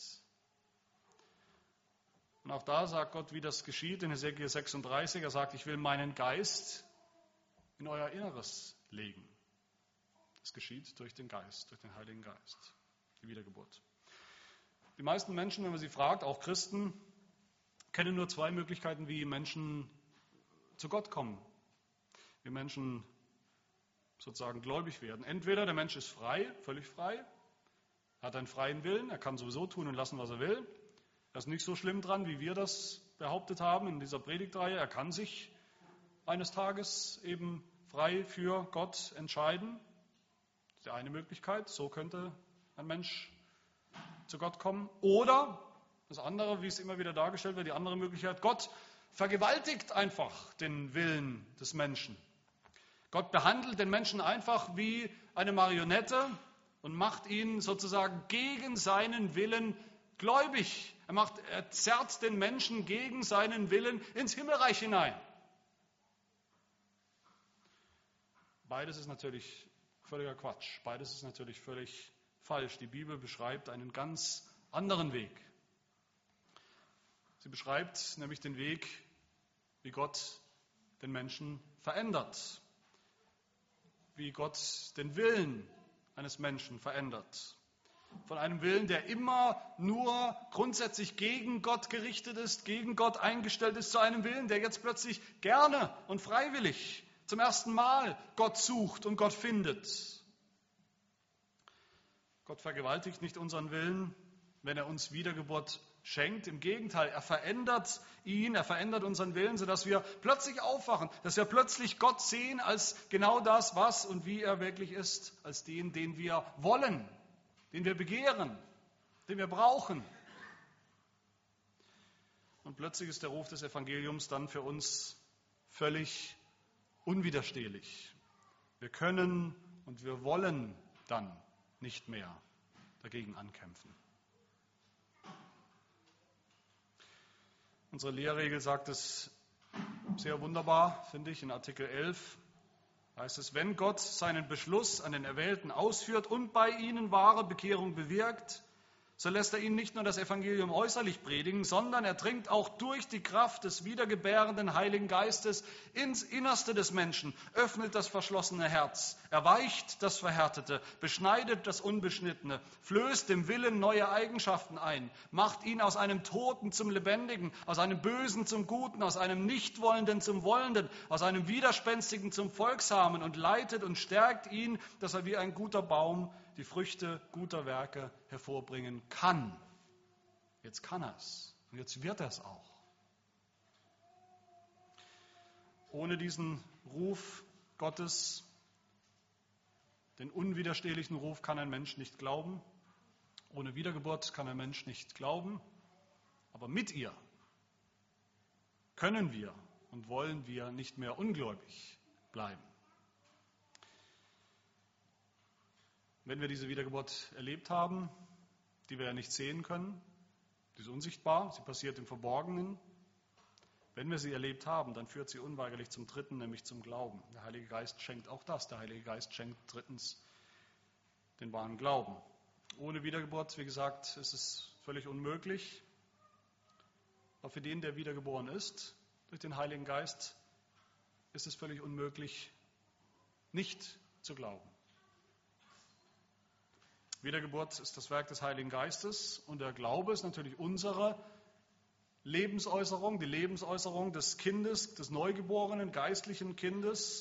Und auch da sagt Gott, wie das geschieht in Hesekiel 36. Er sagt, ich will meinen Geist in euer Inneres legen. Das geschieht durch den Geist, durch den Heiligen Geist, die Wiedergeburt. Die meisten Menschen, wenn man sie fragt, auch Christen, kennen nur zwei Möglichkeiten, wie Menschen zu Gott kommen, wie Menschen sozusagen gläubig werden. Entweder der Mensch ist frei, völlig frei, er hat einen freien Willen, er kann sowieso tun und lassen, was er will. Er ist nicht so schlimm dran, wie wir das behauptet haben in dieser Predigtreihe. Er kann sich eines Tages eben frei für Gott entscheiden. Das ist die eine Möglichkeit, so könnte ein Mensch zu Gott kommen. Oder das andere, wie es immer wieder dargestellt wird, die andere Möglichkeit, Gott vergewaltigt einfach den Willen des Menschen. Gott behandelt den Menschen einfach wie eine Marionette und macht ihn sozusagen gegen seinen Willen gläubig. Er zerrt den Menschen gegen seinen Willen ins Himmelreich hinein. Beides ist natürlich völliger Quatsch. Beides ist natürlich völlig falsch. Die Bibel beschreibt einen ganz anderen Weg. Sie beschreibt nämlich den Weg, wie Gott den Menschen verändert. Wie Gott den Willen eines Menschen verändert. Von einem Willen, der immer nur grundsätzlich gegen Gott gerichtet ist, gegen Gott eingestellt ist, zu einem Willen, der jetzt plötzlich gerne und freiwillig zum ersten Mal Gott sucht und Gott findet. Gott vergewaltigt nicht unseren Willen, wenn er uns Wiedergeburt schenkt. Im Gegenteil, er verändert ihn, er verändert unseren Willen, sodass wir plötzlich aufwachen, dass wir plötzlich Gott sehen als genau das, was und wie er wirklich ist, als den wir wollen, den wir begehren, den wir brauchen. Und plötzlich ist der Ruf des Evangeliums dann für uns völlig unwiderstehlich. Wir können und wir wollen dann nicht mehr dagegen ankämpfen. Unsere Lehrregel sagt es sehr wunderbar, finde ich, in Artikel 11. Da heißt es, wenn Gott seinen Beschluss an den Erwählten ausführt und bei ihnen wahre Bekehrung bewirkt, so lässt er ihnen nicht nur das Evangelium äußerlich predigen, sondern er dringt auch durch die Kraft des wiedergebärenden Heiligen Geistes ins Innerste des Menschen, öffnet das verschlossene Herz, erweicht das Verhärtete, beschneidet das Unbeschnittene, flößt dem Willen neue Eigenschaften ein, macht ihn aus einem Toten zum Lebendigen, aus einem Bösen zum Guten, aus einem Nichtwollenden zum Wollenden, aus einem Widerspenstigen zum Folgsamen und leitet und stärkt ihn, dass er wie ein guter Baum die Früchte guter Werke hervorbringen kann. Jetzt kann er es und jetzt wird er es auch. Ohne diesen Ruf Gottes, den unwiderstehlichen Ruf, kann ein Mensch nicht glauben. Ohne Wiedergeburt kann ein Mensch nicht glauben. Aber mit ihr können wir und wollen wir nicht mehr ungläubig bleiben. Wenn wir diese Wiedergeburt erlebt haben, die wir ja nicht sehen können, die ist unsichtbar, sie passiert im Verborgenen. Wenn wir sie erlebt haben, dann führt sie unweigerlich zum Dritten, nämlich zum Glauben. Der Heilige Geist schenkt auch das. Der Heilige Geist schenkt drittens den wahren Glauben. Ohne Wiedergeburt, wie gesagt, ist es völlig unmöglich. Aber für den, der wiedergeboren ist, durch den Heiligen Geist, ist es völlig unmöglich, nicht zu glauben. Wiedergeburt ist das Werk des Heiligen Geistes und der Glaube ist natürlich unsere Lebensäußerung, die Lebensäußerung des Kindes, des neugeborenen, geistlichen Kindes.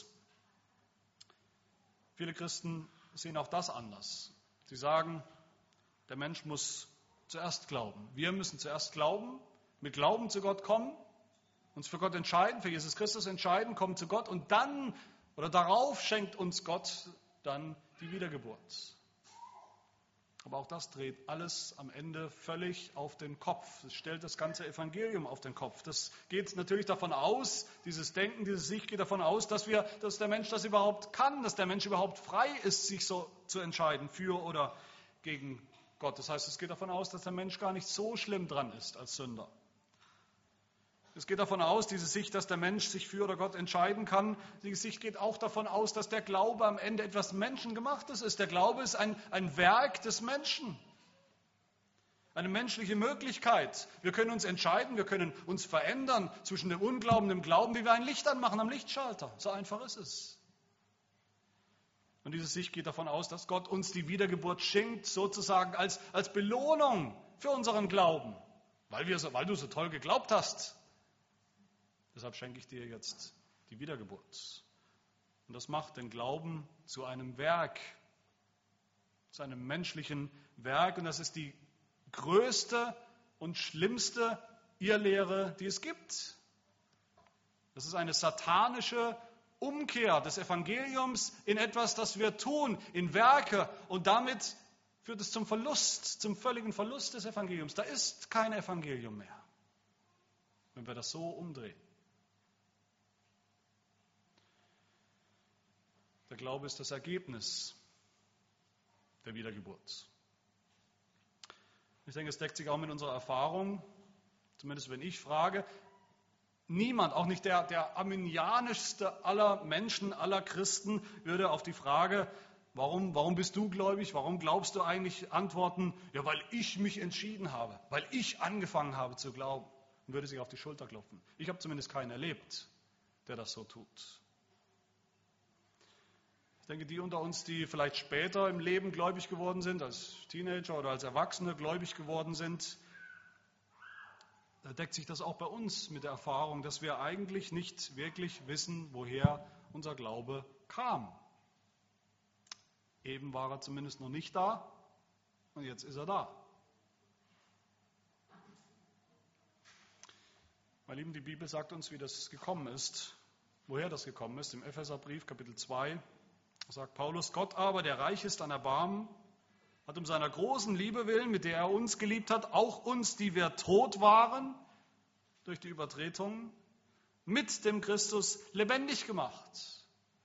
Viele Christen sehen auch das anders. Sie sagen, der Mensch muss zuerst glauben. Wir müssen zuerst glauben, mit Glauben zu Gott kommen, uns für Gott entscheiden, für Jesus Christus entscheiden, kommen zu Gott und dann oder darauf schenkt uns Gott dann die Wiedergeburt. Aber auch das dreht alles am Ende völlig auf den Kopf. Es stellt das ganze Evangelium auf den Kopf. Das geht natürlich davon aus, dieses Denken, diese Sicht geht davon aus, dass der Mensch das überhaupt kann, dass der Mensch überhaupt frei ist, sich so zu entscheiden, für oder gegen Gott. Das heißt, es geht davon aus, dass der Mensch gar nicht so schlimm dran ist als Sünder. Es geht davon aus, diese Sicht, dass der Mensch sich für oder Gott entscheiden kann, die Sicht geht auch davon aus, dass der Glaube am Ende etwas Menschengemachtes ist. Der Glaube ist ein Werk des Menschen, eine menschliche Möglichkeit. Wir können uns entscheiden, wir können uns verändern zwischen dem Unglauben und dem Glauben, wie wir ein Licht anmachen am Lichtschalter. So einfach ist es. Und diese Sicht geht davon aus, dass Gott uns die Wiedergeburt schenkt, sozusagen als Belohnung für unseren Glauben, weil du so toll geglaubt hast. Deshalb schenke ich dir jetzt die Wiedergeburt. Und das macht den Glauben zu einem Werk, zu einem menschlichen Werk. Und das ist die größte und schlimmste Irrlehre, die es gibt. Das ist eine satanische Umkehr des Evangeliums in etwas, das wir tun, in Werke. Und damit führt es zum völligen Verlust des Evangeliums. Da ist kein Evangelium mehr, wenn wir das so umdrehen. Der Glaube ist das Ergebnis der Wiedergeburt. Ich denke, es deckt sich auch mit unserer Erfahrung, zumindest wenn ich frage. Niemand, auch nicht der arminianischste aller Menschen, aller Christen, würde auf die Frage, warum bist du gläubig, warum glaubst du eigentlich, antworten, ja, weil ich mich entschieden habe, weil ich angefangen habe zu glauben, und würde sich auf die Schulter klopfen. Ich habe zumindest keinen erlebt, der das so tut. Ich denke, die unter uns, die vielleicht später im Leben gläubig geworden sind, als Teenager oder als Erwachsene gläubig geworden sind, da deckt sich das auch bei uns mit der Erfahrung, dass wir eigentlich nicht wirklich wissen, woher unser Glaube kam. Eben war er zumindest noch nicht da und jetzt ist er da. Meine Lieben, die Bibel sagt uns, wie das gekommen ist, woher das gekommen ist. Im Epheserbrief, Kapitel 2, sagt Paulus: Gott aber, der reich ist an Erbarmen, hat um seiner großen Liebe willen, mit der er uns geliebt hat, auch uns, die wir tot waren, durch die Übertretungen, mit dem Christus lebendig gemacht.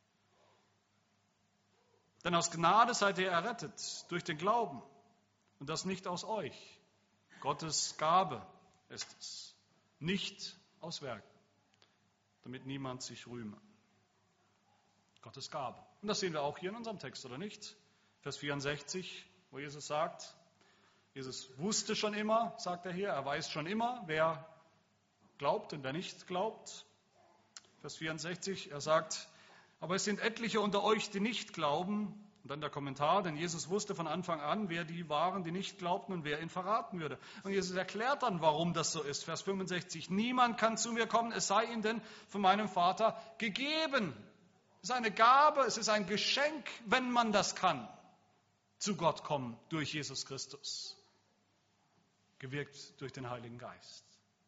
Denn aus Gnade seid ihr errettet, durch den Glauben. Und das nicht aus euch. Gottes Gabe ist es, nicht aus Werken, damit niemand sich rühme. Gottes Gabe. Und das sehen wir auch hier in unserem Text, oder nicht? Vers 64, wo Jesus sagt, Jesus wusste schon immer, sagt er hier, er weiß schon immer, wer glaubt und wer nicht glaubt. Vers 64, er sagt, aber es sind etliche unter euch, die nicht glauben. Und dann der Kommentar, denn Jesus wusste von Anfang an, wer die waren, die nicht glaubten und wer ihn verraten würde. Und Jesus erklärt dann, warum das so ist. Vers 65, niemand kann zu mir kommen, es sei ihm denn von meinem Vater gegeben. Es ist eine Gabe, es ist ein Geschenk, wenn man das kann, zu Gott kommen durch Jesus Christus, gewirkt durch den Heiligen Geist.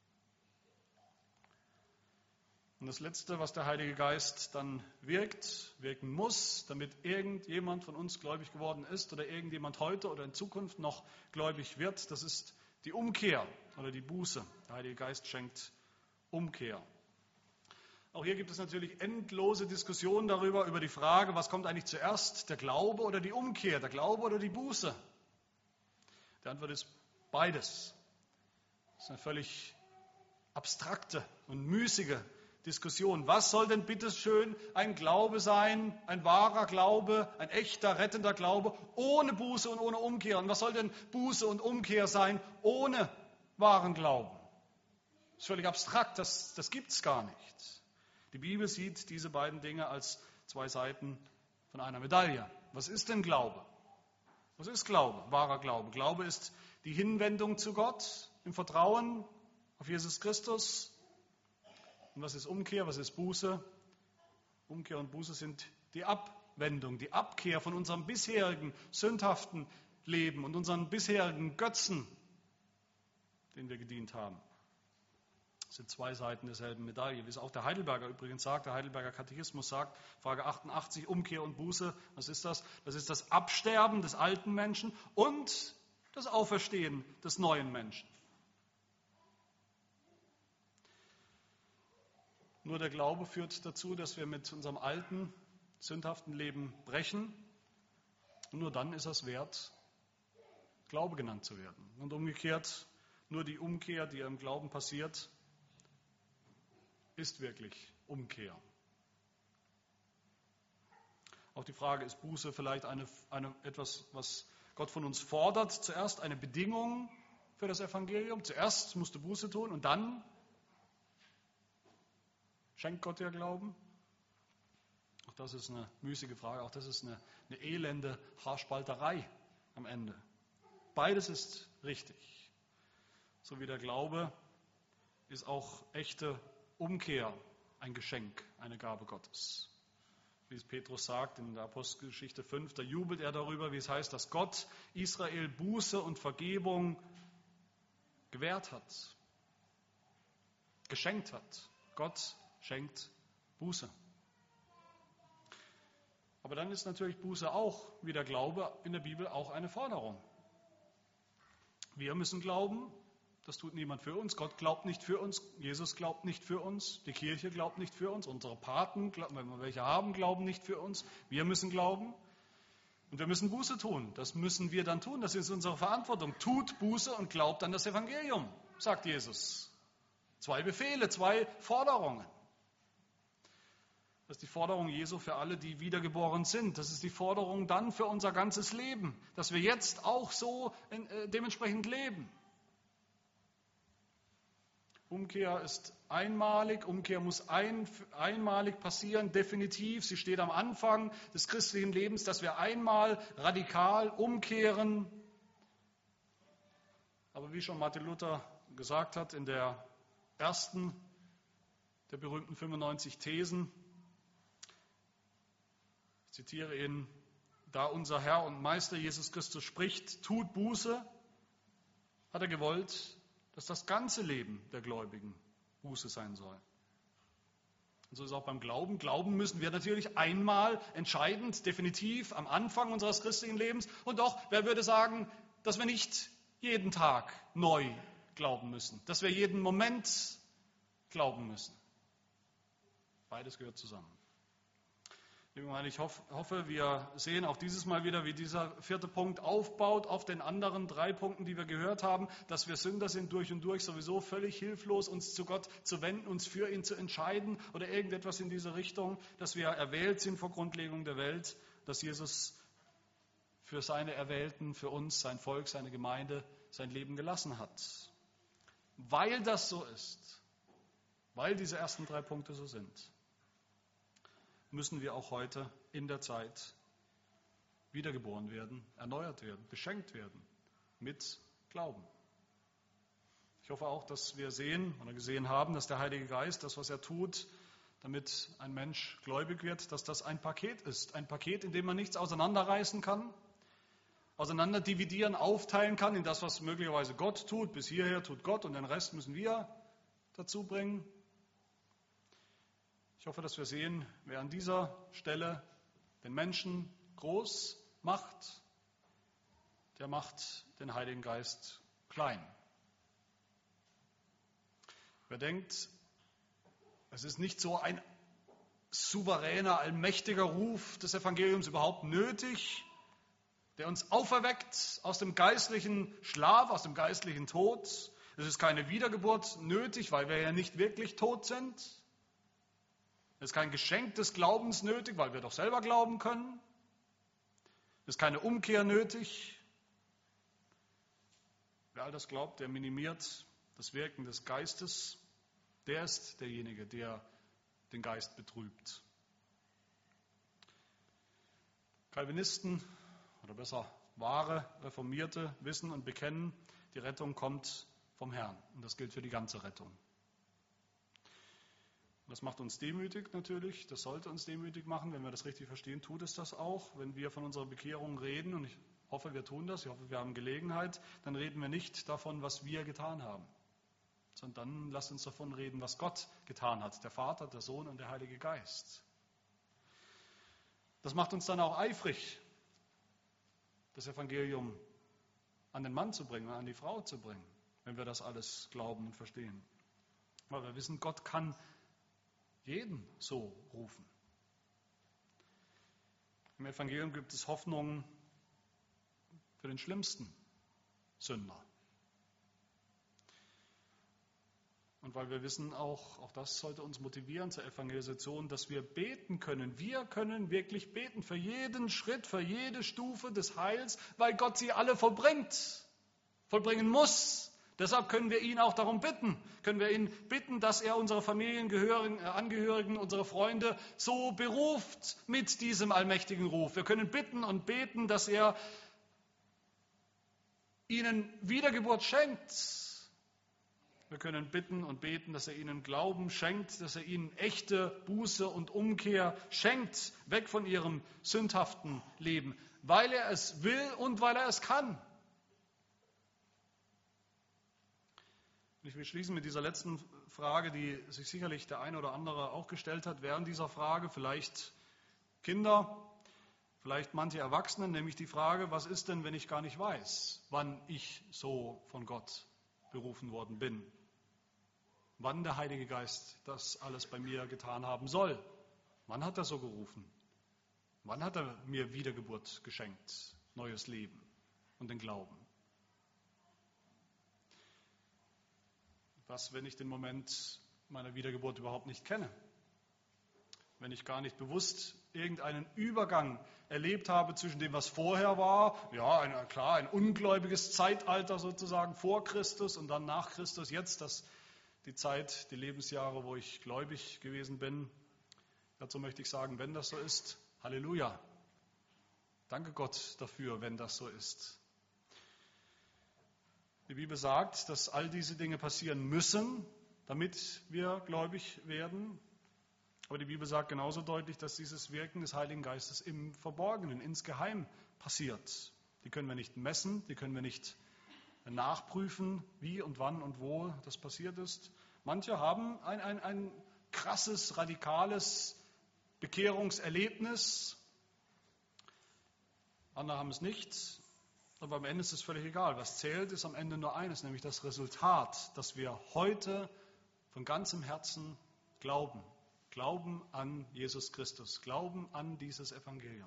Und das Letzte, was der Heilige Geist dann wirken muss, damit irgendjemand von uns gläubig geworden ist oder irgendjemand heute oder in Zukunft noch gläubig wird, das ist die Umkehr oder die Buße. Der Heilige Geist schenkt Umkehr. Auch hier gibt es natürlich endlose Diskussionen darüber, über die Frage, was kommt eigentlich zuerst, der Glaube oder die Umkehr, der Glaube oder die Buße? Die Antwort ist beides. Das ist eine völlig abstrakte und müßige Diskussion. Was soll denn bitteschön ein Glaube sein, ein wahrer Glaube, ein echter, rettender Glaube, ohne Buße und ohne Umkehr? Und was soll denn Buße und Umkehr sein, ohne wahren Glauben? Das ist völlig abstrakt, das gibt es gar nicht. Die Bibel sieht diese beiden Dinge als zwei Seiten von einer Medaille. Was ist denn Glaube? Was ist Glaube, wahrer Glaube? Glaube ist die Hinwendung zu Gott im Vertrauen auf Jesus Christus. Und was ist Umkehr, was ist Buße? Umkehr und Buße sind die Abwendung, die Abkehr von unserem bisherigen sündhaften Leben und unseren bisherigen Götzen, denen wir gedient haben. Das sind zwei Seiten derselben Medaille, wie es auch der Heidelberger übrigens sagt. Der Heidelberger Katechismus sagt, Frage 88, Umkehr und Buße, was ist das? Das ist das Absterben des alten Menschen und das Auferstehen des neuen Menschen. Nur der Glaube führt dazu, dass wir mit unserem alten, sündhaften Leben brechen. Und nur dann ist es wert, Glaube genannt zu werden. Und umgekehrt, nur die Umkehr, die im Glauben passiert, ist wirklich Umkehr. Auch die Frage, ist Buße vielleicht etwas, was Gott von uns fordert? Zuerst eine Bedingung für das Evangelium. Zuerst musst du Buße tun und dann schenkt Gott dir Glauben? Auch das ist eine müßige Frage, auch das ist eine elende Haarspalterei am Ende. Beides ist richtig. So wie der Glaube ist auch echte Umkehr ein Geschenk, eine Gabe Gottes. Wie es Petrus sagt in der Apostelgeschichte 5, da jubelt er darüber, wie es heißt, dass Gott Israel Buße und Vergebung gewährt hat, geschenkt hat. Gott schenkt Buße. Aber dann ist natürlich Buße auch, wie der Glaube in der Bibel, auch eine Forderung. Wir müssen glauben, das tut niemand für uns. Gott glaubt nicht für uns, Jesus glaubt nicht für uns, die Kirche glaubt nicht für uns, unsere Paten, wenn wir welche haben, glauben nicht für uns. Wir müssen glauben und wir müssen Buße tun. Das müssen wir dann tun, das ist unsere Verantwortung. Tut Buße und glaubt an das Evangelium, sagt Jesus. 2 Befehle, 2 Forderungen. Das ist die Forderung Jesu für alle, die wiedergeboren sind. Das ist die Forderung dann für unser ganzes Leben, dass wir jetzt auch so dementsprechend leben. Umkehr ist einmalig, Umkehr muss einmalig passieren, definitiv. Sie steht am Anfang des christlichen Lebens, dass wir einmal radikal umkehren. Aber wie schon Martin Luther gesagt hat in der ersten der berühmten 95 Thesen, ich zitiere ihn, da unser Herr und Meister Jesus Christus spricht, tut Buße, hat er gewollt, dass das ganze Leben der Gläubigen Buße sein soll. Und so ist auch beim Glauben. Glauben müssen wir natürlich einmal entscheidend, definitiv am Anfang unseres christlichen Lebens. Und doch, wer würde sagen, dass wir nicht jeden Tag neu glauben müssen, dass wir jeden Moment glauben müssen. Beides gehört zusammen. Ich hoffe, wir sehen auch dieses Mal wieder, wie dieser 4. Punkt aufbaut auf den anderen 3 Punkten, die wir gehört haben, dass wir Sünder sind durch und durch, sowieso völlig hilflos, uns zu Gott zu wenden, uns für ihn zu entscheiden oder irgendetwas in diese Richtung, dass wir erwählt sind vor Grundlegung der Welt, dass Jesus für seine Erwählten, für uns, sein Volk, seine Gemeinde, sein Leben gelassen hat. Weil das so ist, weil diese ersten 3 Punkte so sind, müssen wir auch heute in der Zeit wiedergeboren werden, erneuert werden, beschenkt werden mit Glauben. Ich hoffe auch, dass wir sehen oder gesehen haben, dass der Heilige Geist, das, was er tut, damit ein Mensch gläubig wird, dass das ein Paket ist. Ein Paket, in dem man nichts auseinanderreißen kann, auseinanderdividieren, aufteilen kann in das, was möglicherweise Gott tut. Bis hierher tut Gott und den Rest müssen wir dazu bringen. Ich hoffe, dass wir sehen, wer an dieser Stelle den Menschen groß macht, der macht den Heiligen Geist klein. Wer denkt, es ist nicht so ein souveräner, allmächtiger Ruf des Evangeliums überhaupt nötig, der uns auferweckt aus dem geistlichen Schlaf, aus dem geistlichen Tod. Es ist keine Wiedergeburt nötig, weil wir ja nicht wirklich tot sind. Es ist kein Geschenk des Glaubens nötig, weil wir doch selber glauben können. Es ist keine Umkehr nötig. Wer all das glaubt, der minimiert das Wirken des Geistes. Der ist derjenige, der den Geist betrübt. Calvinisten, oder besser wahre Reformierte, wissen und bekennen, die Rettung kommt vom Herrn. Und das gilt für die ganze Rettung. Das macht uns demütig natürlich, das sollte uns demütig machen, wenn wir das richtig verstehen, tut es das auch. Wenn wir von unserer Bekehrung reden, und ich hoffe, wir tun das, ich hoffe, wir haben Gelegenheit, dann reden wir nicht davon, was wir getan haben, sondern dann lasst uns davon reden, was Gott getan hat, der Vater, der Sohn und der Heilige Geist. Das macht uns dann auch eifrig, das Evangelium an den Mann zu bringen, an die Frau zu bringen, wenn wir das alles glauben und verstehen. Weil wir wissen, Gott kann jeden so rufen. Im Evangelium gibt es Hoffnung für den schlimmsten Sünder. Und weil wir wissen, auch das sollte uns motivieren zur Evangelisation, dass wir beten können. Wir können wirklich beten für jeden Schritt, für jede Stufe des Heils, weil Gott sie alle vollbringen muss. Deshalb können wir ihn auch darum bitten. Können wir ihn bitten, dass er unsere Familienangehörigen, unsere Freunde so beruft mit diesem allmächtigen Ruf. Wir können bitten und beten, dass er ihnen Wiedergeburt schenkt. Wir können bitten und beten, dass er ihnen Glauben schenkt, dass er ihnen echte Buße und Umkehr schenkt, weg von ihrem sündhaften Leben, weil er es will und weil er es kann. Ich will schließen mit dieser letzten Frage, die sich sicherlich der eine oder andere auch gestellt hat während dieser Frage, vielleicht Kinder, vielleicht manche Erwachsene, nämlich die Frage, was ist denn, wenn ich gar nicht weiß, wann ich so von Gott berufen worden bin? Wann der Heilige Geist das alles bei mir getan haben soll? Wann hat er so gerufen? Wann hat er mir Wiedergeburt geschenkt, neues Leben und den Glauben? Was, wenn ich den Moment meiner Wiedergeburt überhaupt nicht kenne? Wenn ich gar nicht bewusst irgendeinen Übergang erlebt habe zwischen dem, was vorher war, ja, ein ungläubiges Zeitalter sozusagen vor Christus und dann nach Christus, jetzt die Zeit, die Lebensjahre, wo ich gläubig gewesen bin. Dazu möchte ich sagen, wenn das so ist, Halleluja. Danke Gott dafür, wenn das so ist. Die Bibel sagt, dass all diese Dinge passieren müssen, damit wir gläubig werden. Aber die Bibel sagt genauso deutlich, dass dieses Wirken des Heiligen Geistes im Verborgenen, insgeheim passiert. Die können wir nicht messen, die können wir nicht nachprüfen, wie und wann und wo das passiert ist. Manche haben ein krasses, radikales Bekehrungserlebnis. Andere haben es nicht. Aber am Ende ist es völlig egal. Was zählt, ist am Ende nur eines, nämlich das Resultat, dass wir heute von ganzem Herzen glauben. Glauben an Jesus Christus. Glauben an dieses Evangelium.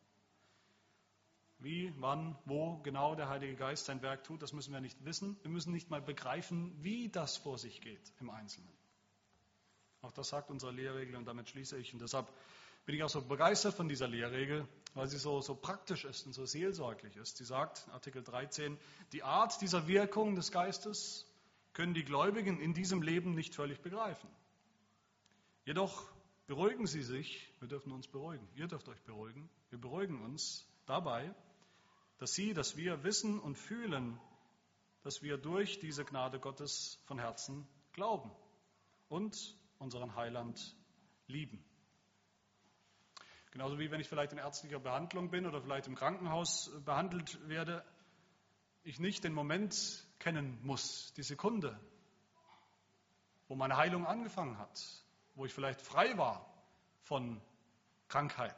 Wie, wann, wo genau der Heilige Geist sein Werk tut, das müssen wir nicht wissen. Wir müssen nicht mal begreifen, wie das vor sich geht im Einzelnen. Auch das sagt unsere Lehrregel und damit schließe ich. Und deshalb bin ich auch so begeistert von dieser Lehrregel, weil sie so praktisch ist und so seelsorglich ist. Sie sagt, Artikel 13, die Art dieser Wirkung des Geistes können die Gläubigen in diesem Leben nicht völlig begreifen. Jedoch beruhigen sie sich, wir dürfen uns beruhigen, ihr dürft euch beruhigen, wir beruhigen uns dabei, dass wir wissen und fühlen, dass wir durch diese Gnade Gottes von Herzen glauben und unseren Heiland lieben. Genauso wie wenn ich vielleicht in ärztlicher Behandlung bin oder vielleicht im Krankenhaus behandelt werde, ich nicht den Moment kennen muss, die Sekunde, wo meine Heilung angefangen hat, wo ich vielleicht frei war von Krankheit.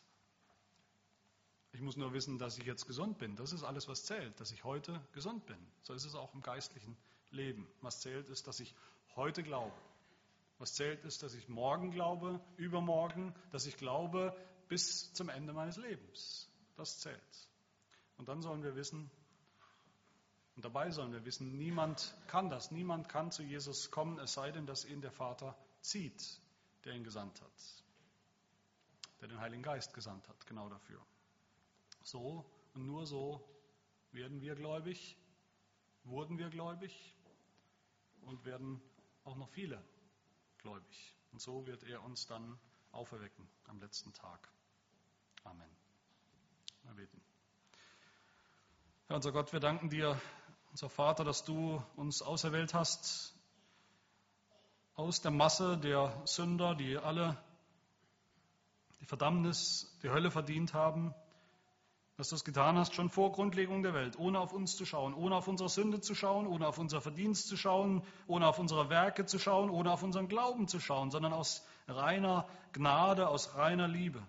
Ich muss nur wissen, dass ich jetzt gesund bin. Das ist alles, was zählt, dass ich heute gesund bin. So ist es auch im geistlichen Leben. Was zählt, ist, dass ich heute glaube. Was zählt, ist, dass ich morgen glaube, übermorgen, dass ich glaube bis zum Ende meines Lebens. Das zählt. Und dann sollen wir wissen, und dabei sollen wir wissen, niemand kann das. Niemand kann zu Jesus kommen, es sei denn, dass ihn der Vater zieht, der ihn gesandt hat. Der den Heiligen Geist gesandt hat, genau dafür. So und nur so wurden wir gläubig und werden auch noch viele gläubig. Und so wird er uns dann auferwecken am letzten Tag. Amen. Wir beten. Herr unser Gott, wir danken dir, unser Vater, dass du uns auserwählt hast aus der Masse der Sünder, die alle die Verdammnis, die Hölle verdient haben, dass du es getan hast schon vor Grundlegung der Welt, ohne auf uns zu schauen, ohne auf unsere Sünde zu schauen, ohne auf unser Verdienst zu schauen, ohne auf unsere Werke zu schauen, ohne auf unseren Glauben zu schauen, sondern aus reiner Gnade, aus reiner Liebe.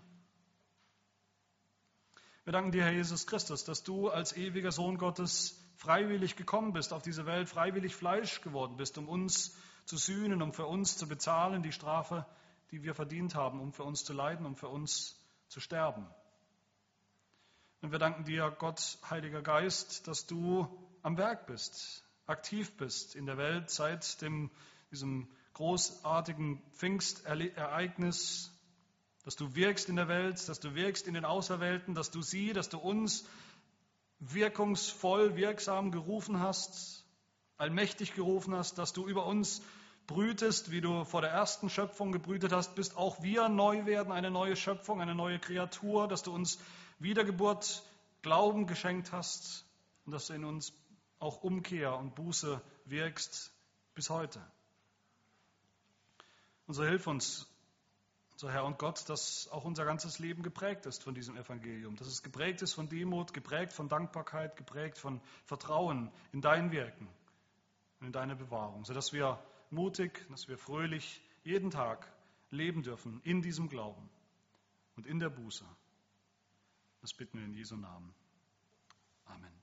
Wir danken dir, Herr Jesus Christus, dass du als ewiger Sohn Gottes freiwillig gekommen bist auf diese Welt, freiwillig Fleisch geworden bist, um uns zu sühnen, um für uns zu bezahlen die Strafe, die wir verdient haben, um für uns zu leiden, um für uns zu sterben. Und wir danken dir, Gott, Heiliger Geist, dass du am Werk bist, aktiv bist in der Welt seit diesem großartigen Pfingstereignis, dass du wirkst in der Welt, dass du wirkst in den Auserwählten, dass du uns wirkungsvoll, wirksam gerufen hast, allmächtig gerufen hast, dass du über uns brütest, wie du vor der ersten Schöpfung gebrütet hast, bis auch wir neu werden, eine neue Schöpfung, eine neue Kreatur, dass du uns Wiedergeburt, Glauben geschenkt hast und dass du in uns auch Umkehr und Buße wirkst bis heute. Und so hilf uns, unser Herr und Gott, dass auch unser ganzes Leben geprägt ist von diesem Evangelium, dass es geprägt ist von Demut, geprägt von Dankbarkeit, geprägt von Vertrauen in dein Wirken und in deine Bewahrung, sodass wir mutig, dass wir fröhlich jeden Tag leben dürfen in diesem Glauben und in der Buße. Das bitten wir in Jesu Namen. Amen.